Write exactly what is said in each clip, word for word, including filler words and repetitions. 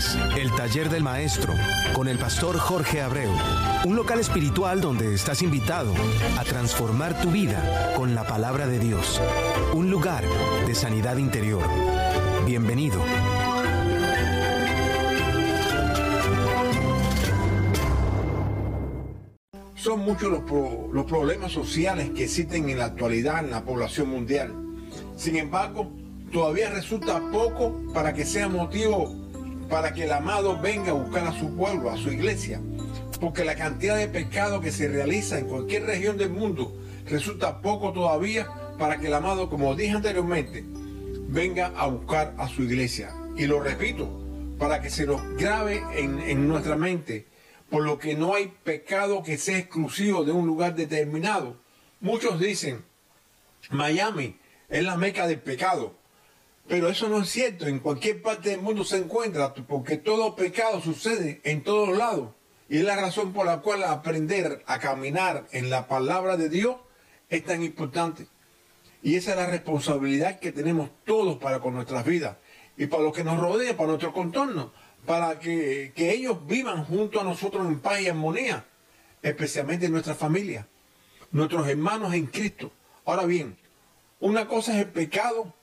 martes, el Taller del Maestro, con el pastor Jorge Abreu. Un local espiritual donde estás invitado a transformar tu vida con la palabra de Dios. Un lugar de sanidad interior. Bienvenido. Son muchos los, pro, los problemas sociales que existen en la actualidad en la población mundial. Sin embargo, todavía resulta poco para que sea motivo para que el amado venga a buscar a su pueblo, a su iglesia. Porque la cantidad de pecado que se realiza en cualquier región del mundo resulta poco todavía para que el amado, como dije anteriormente, venga a buscar a su iglesia. Y lo repito, para que se nos grabe en, en nuestra mente, por lo que no hay pecado que sea exclusivo de un lugar determinado. Muchos dicen, Miami es la meca del pecado, pero eso no es cierto. En cualquier parte del mundo se encuentra, porque todo pecado sucede en todos lados. Y es la razón por la cual aprender a caminar en la palabra de Dios es tan importante. Y esa es la responsabilidad que tenemos todos para con nuestras vidas y para los que nos rodean, para nuestro contorno, para que, que ellos vivan junto a nosotros en paz y armonía, especialmente en nuestra familia, nuestros hermanos en Cristo. Ahora bien, una cosa es el pecado,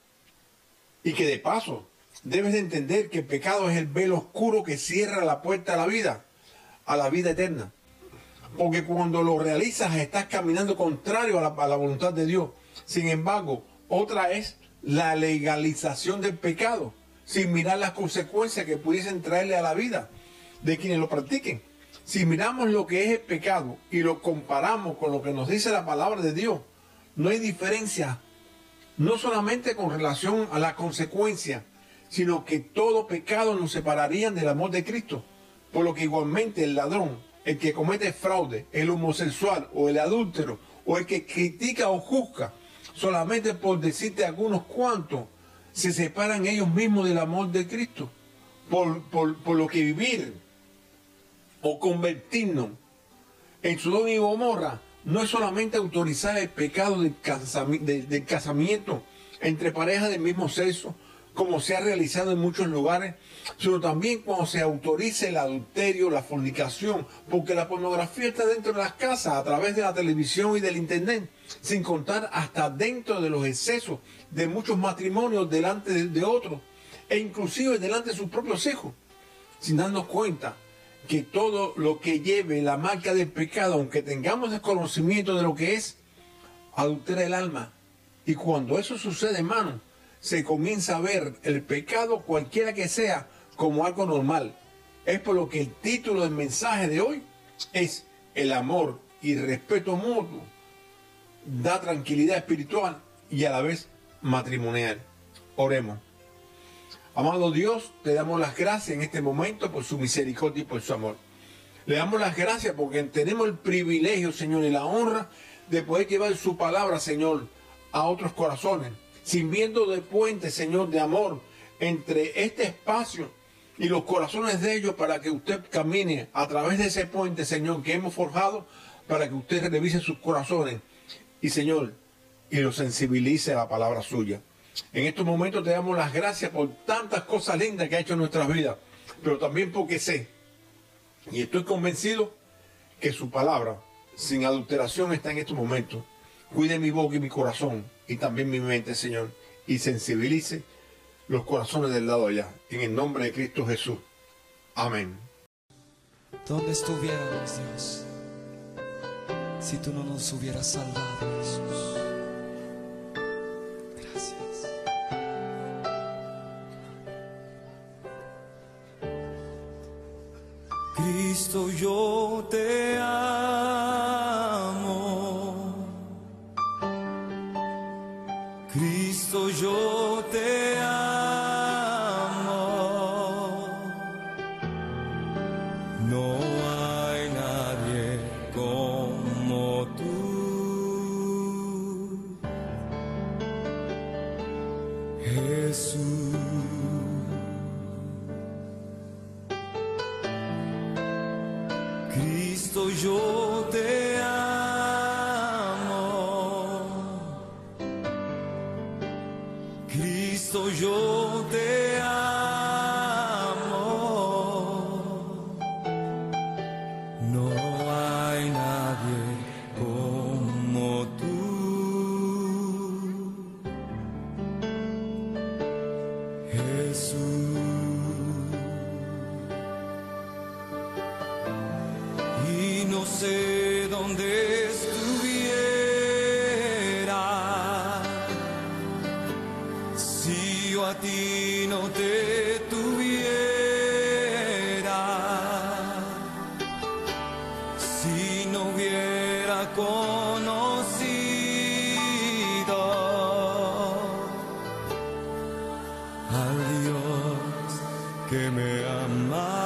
y que de paso debes de entender que el pecado es el velo oscuro que cierra la puerta a la vida, a la vida eterna. Porque cuando lo realizas estás caminando contrario a la, a la voluntad de Dios. Sin embargo, otra es la legalización del pecado, sin mirar las consecuencias que pudiesen traerle a la vida de quienes lo practiquen. Si miramos lo que es el pecado y lo comparamos con lo que nos dice la palabra de Dios, no hay diferencia, no solamente con relación a la consecuencia, sino que todo pecado nos separaría del amor de Cristo. Por lo que igualmente el ladrón, el que comete fraude, el homosexual o el adúltero, o el que critica o juzga, solamente por decirte algunos cuantos, se separan ellos mismos del amor de Cristo, por, por, por lo que vivir o convertirnos en Sodoma y Gomorra no es solamente autorizar el pecado del casamiento, del casamiento entre parejas del mismo sexo, como se ha realizado en muchos lugares, sino también cuando se autoriza el adulterio, la fornicación, porque la pornografía está dentro de las casas a través de la televisión y del internet, sin contar hasta dentro de los excesos de muchos matrimonios delante de, de otros, e inclusive delante de sus propios hijos, sin darnos cuenta que todo lo que lleve la marca del pecado, aunque tengamos desconocimiento de lo que es, adultera el alma. Y cuando eso sucede, hermano, se comienza a ver el pecado, cualquiera que sea, como algo normal. Es por lo que el título del mensaje de hoy es el amor y respeto mutuo da tranquilidad espiritual y a la vez matrimonial. Oremos. Amado Dios, te damos las gracias en este momento por su misericordia y por su amor. Le damos las gracias porque tenemos el privilegio, Señor, y la honra de poder llevar su palabra, Señor, a otros corazones, sirviendo de puente, Señor, de amor entre este espacio y los corazones de ellos, para que usted camine a través de ese puente, Señor, que hemos forjado, para que usted revise sus corazones y, Señor, y los sensibilice a la palabra suya. En estos momentos te damos las gracias por tantas cosas lindas que ha hecho en nuestras vidas, pero también porque sé y estoy convencido que su palabra sin adulteración está en estos momentos. Cuide mi boca y mi corazón y también mi mente, Señor, y sensibilice los corazones del lado allá. En el nombre de Cristo Jesús. Amén. ¿Dónde estuviéramos, Dios, si tú no nos hubieras salvado, Jesús? Gracias. Cristo, yo te amo. Cristo, yo te amo. No hay nadie como tú, Jesús. Cristo, yo te amo. Cristo, yo te amo. dónde estuviera si yo a ti no te tuviera, si no hubiera conocido al Dios que me ama.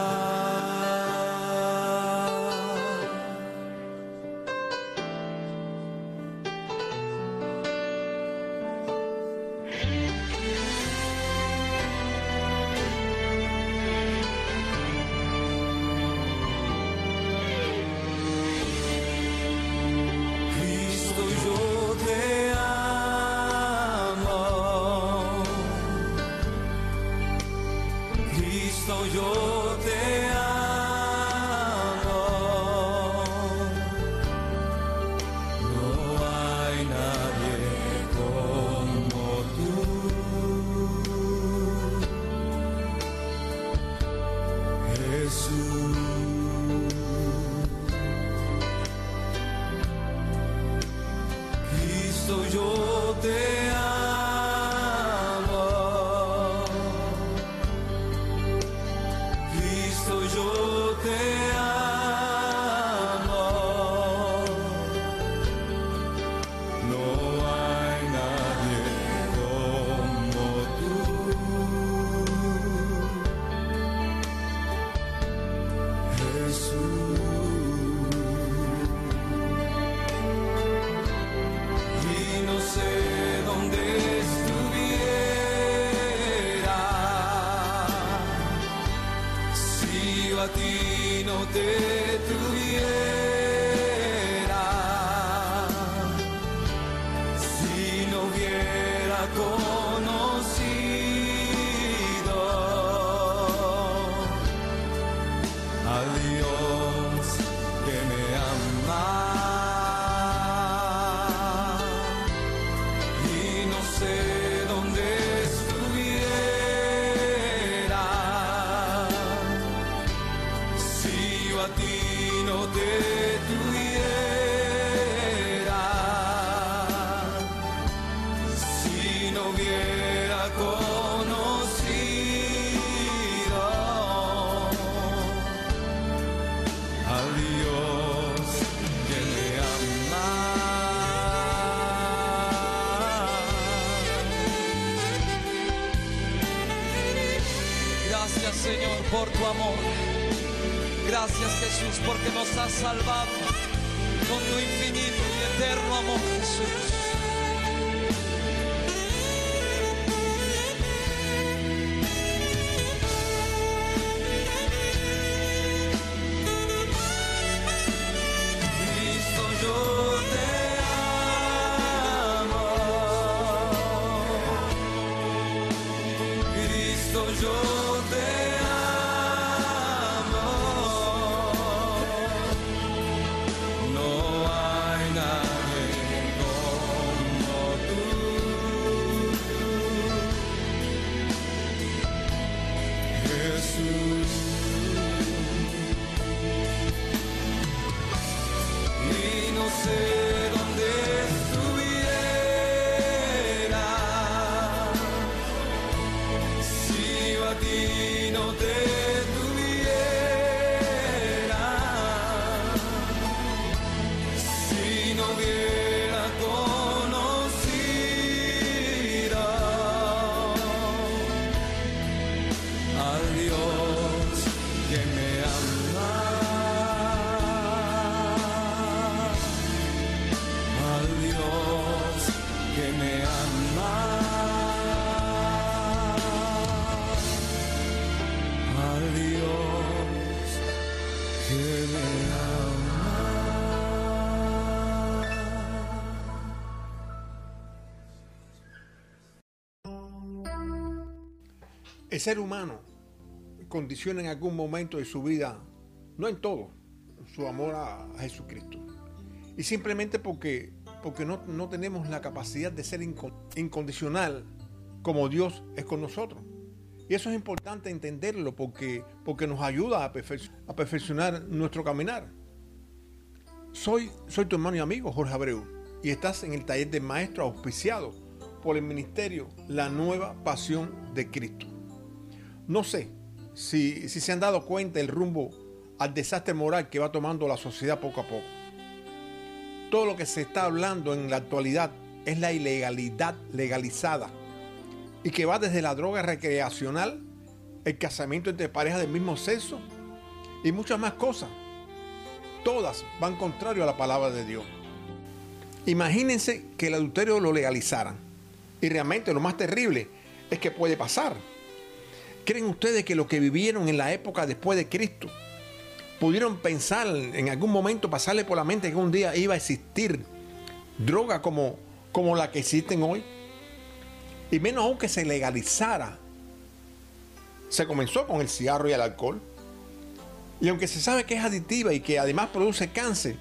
Señor, por tu amor. Gracias, Jesús, porque nos has salvado con tu infinito y eterno amor, Jesús. Cristo, yo te amo. Cristo, yo te amo. No hay nadie como tú. Jesús. Y no sé dónde estuviera si yo a ti no te tuviera, si no hubiera conocido al Dios que me ama, al Dios que me ama, al Dios que me ama. El ser humano condiciona en algún momento de su vida, no en todo, su amor a, a Jesucristo. Y simplemente porque, porque no, no tenemos la capacidad de ser inco- incondicional como Dios es con nosotros. Y eso es importante entenderlo porque, porque nos ayuda a, perfe- a perfeccionar nuestro caminar. Soy, soy tu hermano y amigo Jorge Abreu y estás en el taller de maestro auspiciado por el ministerio La Nueva Pasión de Cristo. No sé si, si se han dado cuenta el rumbo al desastre moral que va tomando la sociedad poco a poco. Todo lo que se está hablando en la actualidad es la ilegalidad legalizada y que va desde la droga recreacional, el casamiento entre parejas del mismo sexo y muchas más cosas. Todas van contrario a la palabra de Dios. Imagínense que el adulterio lo legalizaran. Y realmente lo más terrible es que puede pasar. ¿Creen ustedes que lo que vivieron en la época después de Cristo pudieron pensar en algún momento, pasarle por la mente que un día iba a existir droga como, como la que existen hoy? Y menos aún que se legalizara. Se comenzó con el cigarro y el alcohol. Y aunque se sabe que es adictiva y que además produce cáncer,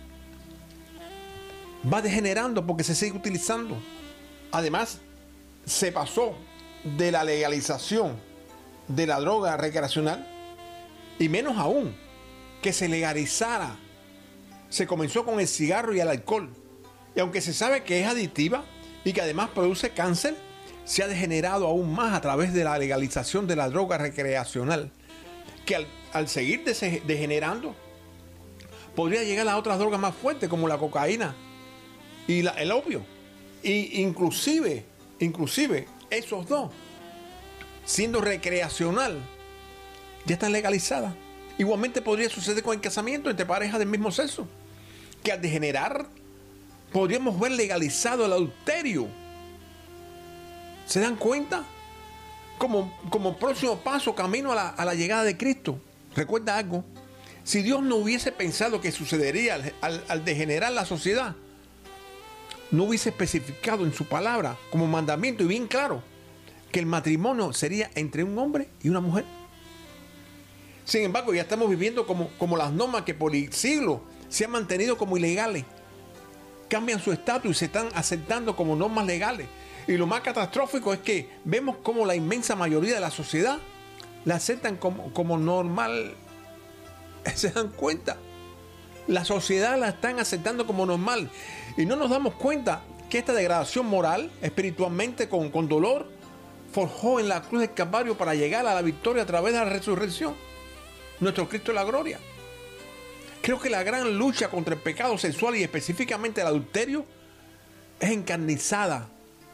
va degenerando porque se sigue utilizando. Además, se pasó de la legalización de la droga recreacional y menos aún que se legalizara. Se comenzó con el cigarro y el alcohol. Y aunque se sabe que es adictiva y que además produce cáncer, se ha degenerado aún más a través de la legalización de la droga recreacional, que al, al seguir degenerando podría llegar a otras drogas más fuertes como la cocaína y la, el opio. Y inclusive, inclusive esos dos, siendo recreacional, ya están legalizadas. Igualmente podría suceder con el casamiento entre parejas del mismo sexo, que al degenerar podríamos ver legalizado el adulterio. ¿Se dan cuenta? Como, como próximo paso, camino a la, a la llegada de Cristo. Recuerda algo. Si Dios no hubiese pensado que sucedería al, al, al degenerar la sociedad, no hubiese especificado en su palabra como mandamiento y bien claro que el matrimonio sería entre un hombre y una mujer. Sin embargo, ya estamos viviendo como, como las normas que por siglos se han mantenido como ilegales. Cambian su estatus y se están aceptando como normas legales. Y lo más catastrófico es que vemos como la inmensa mayoría de la sociedad la aceptan como, como normal. ¿Se dan cuenta? La sociedad la están aceptando como normal. Y no nos damos cuenta que esta degradación moral, espiritualmente con, con dolor, forjó en la cruz del Calvario para llegar a la victoria a través de la resurrección. Nuestro Cristo es la gloria. Creo que la gran lucha contra el pecado sexual y específicamente el adulterio es encarnizada.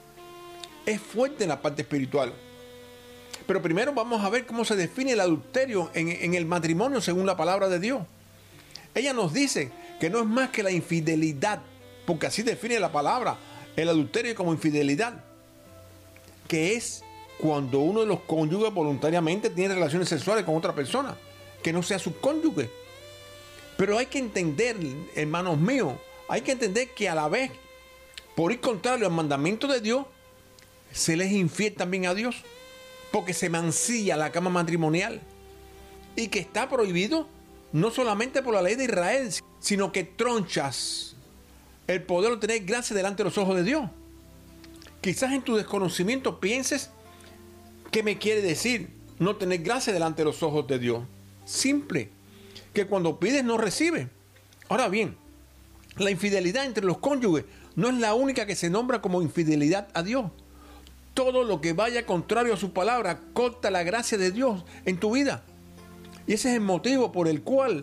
Es fuerte en la parte espiritual. Pero primero vamos a ver cómo se define el adulterio en, en el matrimonio según la palabra de Dios. Ella nos dice que no es más que la infidelidad, porque así define la palabra, el adulterio como infidelidad, que es cuando uno de los cónyuges voluntariamente tiene relaciones sexuales con otra persona, que no sea su cónyuge. Pero hay que entender, hermanos míos, hay que entender que a la vez, por ir contrario al mandamiento de Dios, se les es infiel también a Dios, porque se mancilla la cama matrimonial y que está prohibido no solamente por la ley de Israel, sino que tronchas el poder de tener gracia delante de los ojos de Dios. Quizás en tu desconocimiento pienses ¿qué me quiere decir no tener gracia delante de los ojos de Dios? Simple, que cuando pides no recibes. Ahora bien, la infidelidad entre los cónyuges no es la única que se nombra como infidelidad a Dios. Todo lo que vaya contrario a su palabra corta la gracia de Dios en tu vida. Y ese es el motivo por el cual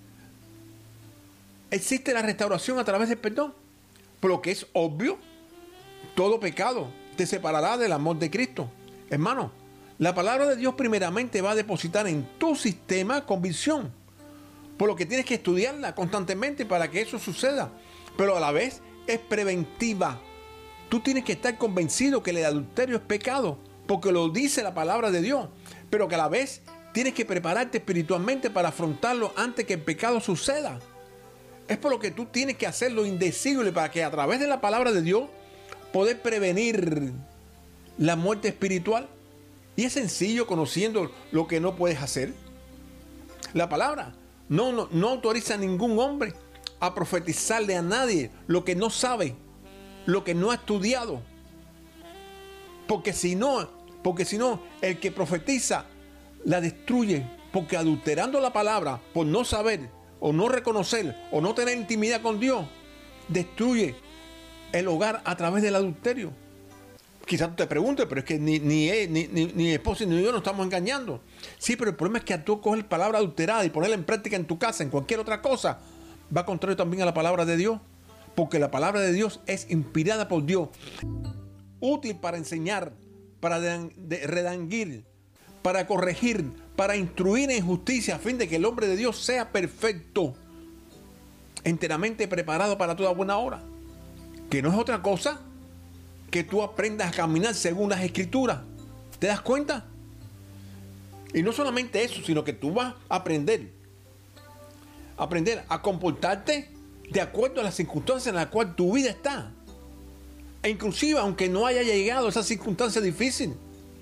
existe la restauración a través del perdón. Por lo que es obvio, todo pecado te separará del amor de Cristo. Hermano, la palabra de Dios primeramente va a depositar en tu sistema convicción. Por lo que tienes que estudiarla constantemente para que eso suceda. Pero a la vez es preventiva. Tú tienes que estar convencido que el adulterio es pecado, porque lo dice la palabra de Dios. Pero que a la vez tienes que prepararte espiritualmente para afrontarlo antes que el pecado suceda. Es por lo que tú tienes que hacer lo indecible para que a través de la palabra de Dios poder prevenir la muerte espiritual. Y es sencillo conociendo lo que no puedes hacer. La palabra no, no, no autoriza a ningún hombre a profetizarle a nadie lo que no sabe, lo que no ha estudiado. Porque si no, porque si no, el que profetiza la destruye. Porque adulterando la palabra por no saber, o no reconocer o no tener intimidad con Dios destruye el hogar a través del adulterio. Quizás tú te preguntes, pero es que ni, ni, él, ni, ni, ni mi esposa ni yo nos estamos engañando. Sí, pero el problema es que a tú coger palabra adulterada y ponerla en práctica en tu casa, en cualquier otra cosa, va contrario también a la palabra de Dios. Porque la palabra de Dios es inspirada por Dios, útil para enseñar, para de, de, redarguir, para corregir, para instruir en justicia, a fin de que el hombre de Dios sea perfecto, enteramente preparado para toda buena obra. Que no es otra cosa que tú aprendas a caminar según las Escrituras. ¿Te das cuenta? Y no solamente eso, sino que tú vas a aprender, aprender a comportarte de acuerdo a las circunstancias en las cuales tu vida está. E inclusive, aunque no haya llegado a esa circunstancia difícil.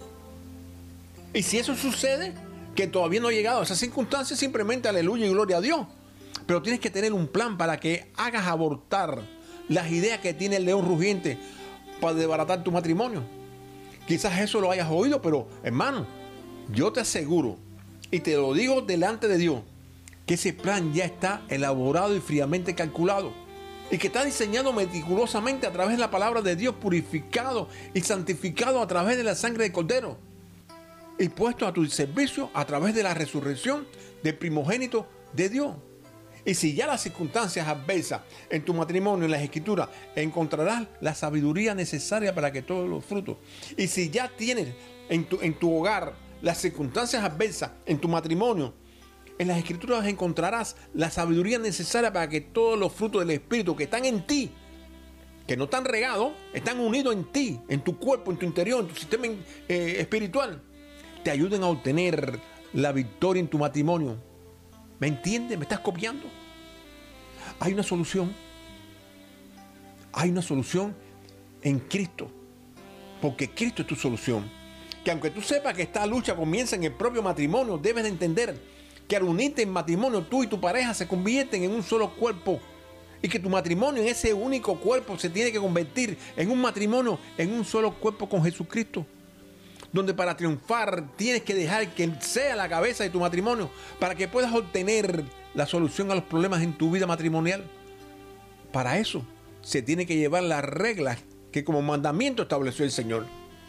Y si eso sucede, que todavía no ha llegado a esa circunstancia, simplemente aleluya y gloria a Dios. Pero tienes que tener un plan para que hagas abortar las ideas que tiene el león rugiente para desbaratar tu matrimonio. Quizás eso lo hayas oído, pero hermano, yo te aseguro, y te lo digo delante de Dios, que ese plan ya está elaborado y fríamente calculado, y que está diseñado meticulosamente a través de la palabra de Dios, purificado y santificado a través de la sangre del Cordero, y puesto a tu servicio a través de la resurrección del primogénito de Dios. Y si ya las circunstancias adversas en tu matrimonio, en las Escrituras, encontrarás la sabiduría necesaria para que todos los frutos. Y si ya tienes en tu, en tu hogar las circunstancias adversas en tu matrimonio, en las Escrituras encontrarás la sabiduría necesaria para que todos los frutos del Espíritu que están en ti, que no están regados, están unidos en ti, en tu cuerpo, en tu interior, en tu sistema eh, espiritual, te ayuden a obtener la victoria en tu matrimonio. ¿Me entiendes? ¿Me estás copiando? Hay una solución. Hay una solución en Cristo. Porque Cristo es tu solución. Que aunque tú sepas que esta lucha comienza en el propio matrimonio, debes de entender que al unirte en matrimonio, tú y tu pareja se convierten en un solo cuerpo. Y que tu matrimonio en ese único cuerpo se tiene que convertir en un matrimonio, en un solo cuerpo con Jesucristo. Donde para triunfar tienes que dejar que Él sea la cabeza de tu matrimonio para que puedas obtener la solución a los problemas en tu vida matrimonial. Para eso se tiene que llevar las reglas que como mandamiento estableció el Señor.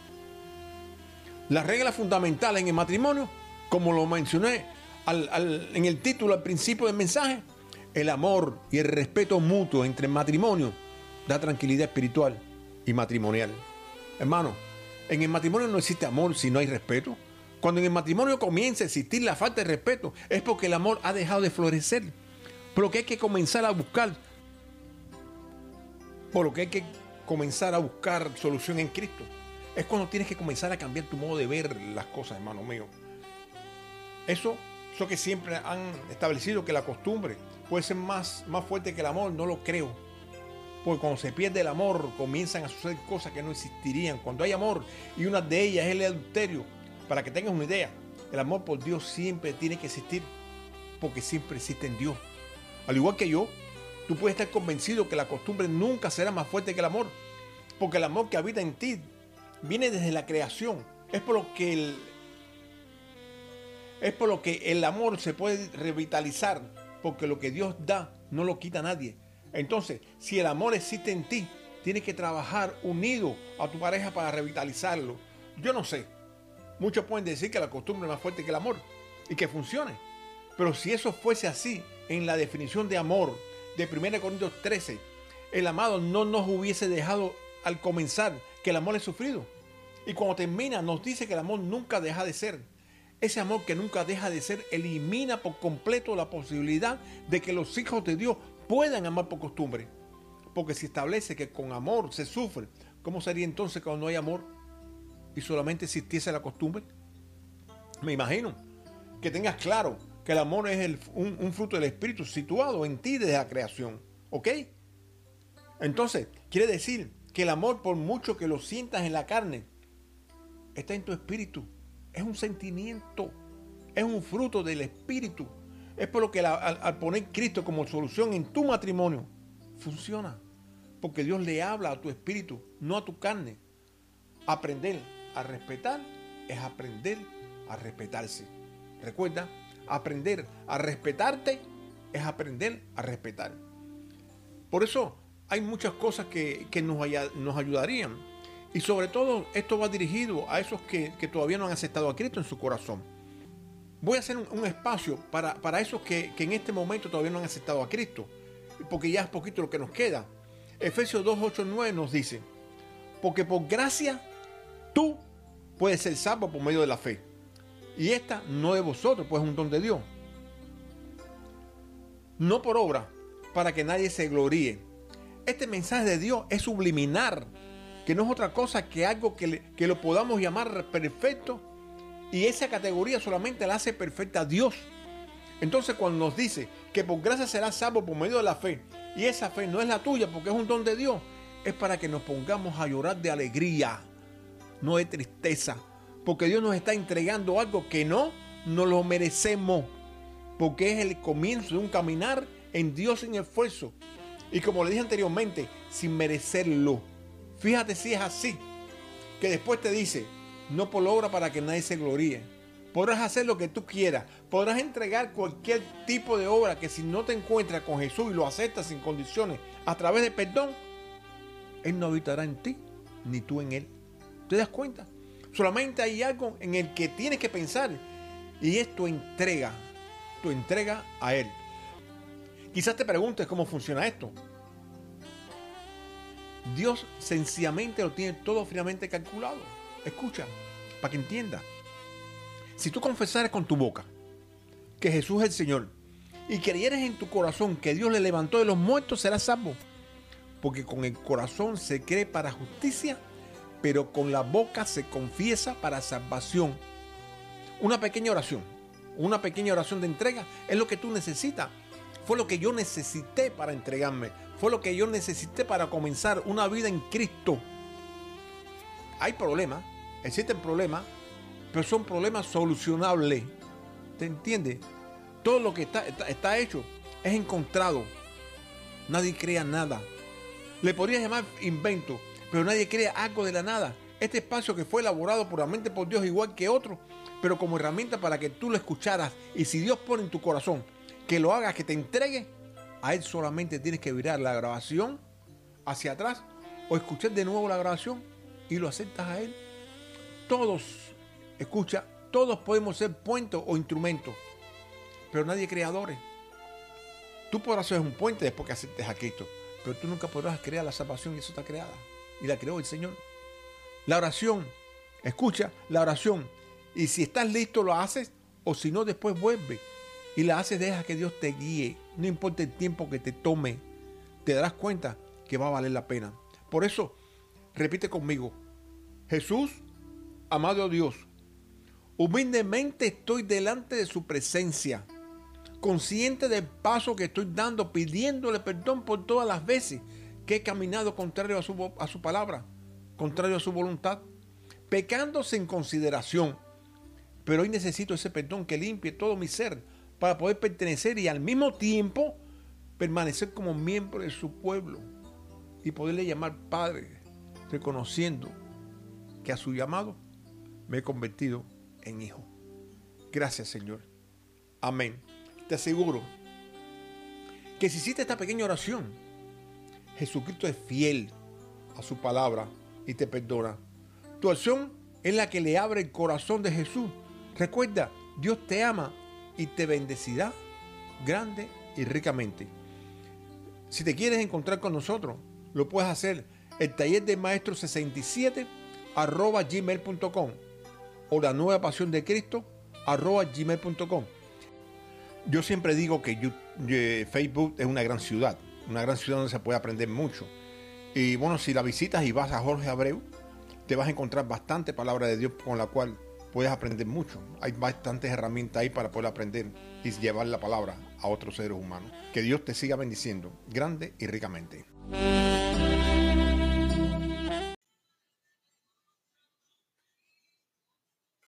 Las reglas fundamentales en el matrimonio, como lo mencioné al, al, en el título al principio del mensaje, el amor y el respeto mutuo entre el matrimonio da tranquilidad espiritual y matrimonial. Hermano, en el matrimonio no existe amor si no hay respeto. Cuando en el matrimonio comienza a existir la falta de respeto, es porque el amor ha dejado de florecer. Por lo que hay que comenzar a buscar, por lo que hay que comenzar a buscar solución en Cristo. Es cuando tienes que comenzar a cambiar tu modo de ver las cosas, hermano mío. Eso, eso que siempre han establecido que la costumbre puede ser más, más fuerte que el amor, no lo creo. Porque cuando se pierde el amor, comienzan a suceder cosas que no existirían. Cuando hay amor, y una de ellas es el adulterio, para que tengas una idea, el amor por Dios siempre tiene que existir, porque siempre existe en Dios. Al igual que yo, tú puedes estar convencido que la costumbre nunca será más fuerte que el amor, porque el amor que habita en ti viene desde la creación. Es por lo que el, es por lo que el amor se puede revitalizar, porque lo que Dios da no lo quita nadie. Entonces, si el amor existe en ti, tienes que trabajar unido a tu pareja para revitalizarlo. Yo no sé. Muchos pueden decir que la costumbre es más fuerte que el amor y que funcione. Pero si eso fuese así, en la definición de amor de primera Corintios trece, el amado no nos hubiese dejado al comenzar que el amor es sufrido. Y cuando termina nos dice que el amor nunca deja de ser. Ese amor que nunca deja de ser elimina por completo la posibilidad de que los hijos de Dios puedan amar por costumbre. Porque si establece que con amor se sufre, ¿cómo sería entonces cuando no hay amor y solamente existiese la costumbre? Me imagino que tengas claro que el amor es el, un, un fruto del Espíritu situado en ti desde la creación. ¿Ok? Entonces, quiere decir que el amor, por mucho que lo sientas en la carne, está en tu espíritu. Es un sentimiento, es un fruto del Espíritu. Es por lo que la, al, al poner Cristo como solución en tu matrimonio, funciona. Porque Dios le habla a tu espíritu, no a tu carne. Aprender a respetar es aprender a respetarse. Recuerda, aprender a respetarte es aprender a respetar. Por eso hay muchas cosas que, que nos, nos ayudarían. Y sobre todo esto va dirigido a esos que, que todavía no han aceptado a Cristo en su corazón. Voy a hacer un, un espacio para, para esos que, que en este momento todavía no han aceptado a Cristo, porque ya es poquito lo que nos queda. Efesios dos, ocho, nueve nos dice: porque por gracia tú puedes ser salvo por medio de la fe. Y esta no de vosotros, pues es un don de Dios. No por obra, para que nadie se gloríe. Este mensaje de Dios es subliminar, que no es otra cosa que algo que, le, que lo podamos llamar perfecto, y esa categoría solamente la hace perfecta Dios. Entonces cuando nos dice que por gracia serás salvo por medio de la fe, y esa fe no es la tuya porque es un don de Dios, es para que nos pongamos a llorar de alegría, no de tristeza, porque Dios nos está entregando algo que no nos lo merecemos, porque es el comienzo de un caminar en Dios sin esfuerzo, y como le dije anteriormente, sin merecerlo. Fíjate si es así, que después te dice: no por obra para que nadie se gloríe. Podrás hacer lo que tú quieras, podrás entregar cualquier tipo de obra que si no te encuentras con Jesús y lo aceptas sin condiciones a través de perdón, Él no habitará en ti, ni tú en Él. ¿Te das cuenta? Solamente hay algo en el que tienes que pensar, y es tu entrega, tu entrega a Él. Quizás te preguntes cómo funciona esto. Dios sencillamente lo tiene todo fríamente calculado. Escucha, para que entiendas. Si tú confesares con tu boca que Jesús es el Señor y creyeres en tu corazón que Dios le levantó de los muertos, serás salvo. Porque con el corazón se cree para justicia, pero con la boca se confiesa para salvación. Una pequeña oración, una pequeña oración de entrega es lo que tú necesitas. Fue lo que yo necesité para entregarme. Fue lo que yo necesité para comenzar una vida en Cristo. Hay problemas, existen problemas, pero son problemas solucionables. ¿Te entiendes? Todo lo que está, está, está hecho es encontrado. Nadie crea nada. Le podrías llamar invento, pero nadie crea algo de la nada. Este espacio que fue elaborado puramente por Dios, igual que otro, pero como herramienta para que tú lo escucharas. Y si Dios pone en tu corazón que lo hagas, que te entregue, a Él solamente tienes que virar la grabación hacia atrás o escuchar de nuevo la grabación y lo aceptas a Él. Todos, escucha, todos podemos ser puentes o instrumentos, pero nadie creadores. Tú podrás ser un puente después que aceptes a Cristo, pero tú nunca podrás crear la salvación, y eso está creada y la creó el Señor. La oración, escucha, la oración, y si estás listo lo haces, o si no después vuelve y la haces, deja que Dios te guíe, no importa el tiempo que te tome, te darás cuenta que va a valer la pena. Por eso, repite conmigo: Jesús, amado Dios, humildemente estoy delante de su presencia, consciente del paso que estoy dando, pidiéndole perdón por todas las veces que he caminado contrario a su, a su palabra, contrario a su voluntad, pecando sin consideración. Pero hoy necesito ese perdón que limpie todo mi ser para poder pertenecer y al mismo tiempo permanecer como miembro de su pueblo y poderle llamar Padre, reconociendo que a su llamado me he convertido en hijo. Gracias, Señor. Amén. Te aseguro que si hiciste esta pequeña oración, Jesucristo es fiel a su palabra y te perdona. Tu acción es la que le abre el corazón de Jesús. Recuerda, Dios te ama y te bendecirá grande y ricamente. Si te quieres encontrar con nosotros, lo puedes hacer el taller de maestro sesenta y siete arroba gmail punto com o la nueva pasión de Cristo arroba gmail punto com. Yo siempre digo que yo, eh, Facebook es una gran ciudad, una gran ciudad donde se puede aprender mucho. Y bueno, si la visitas y vas a Jorge Abreu, te vas a encontrar bastante palabra de Dios con la cual puedes aprender mucho. Hay bastantes herramientas ahí para poder aprender y llevar la palabra a otros seres humanos. Que Dios te siga bendiciendo grande y ricamente.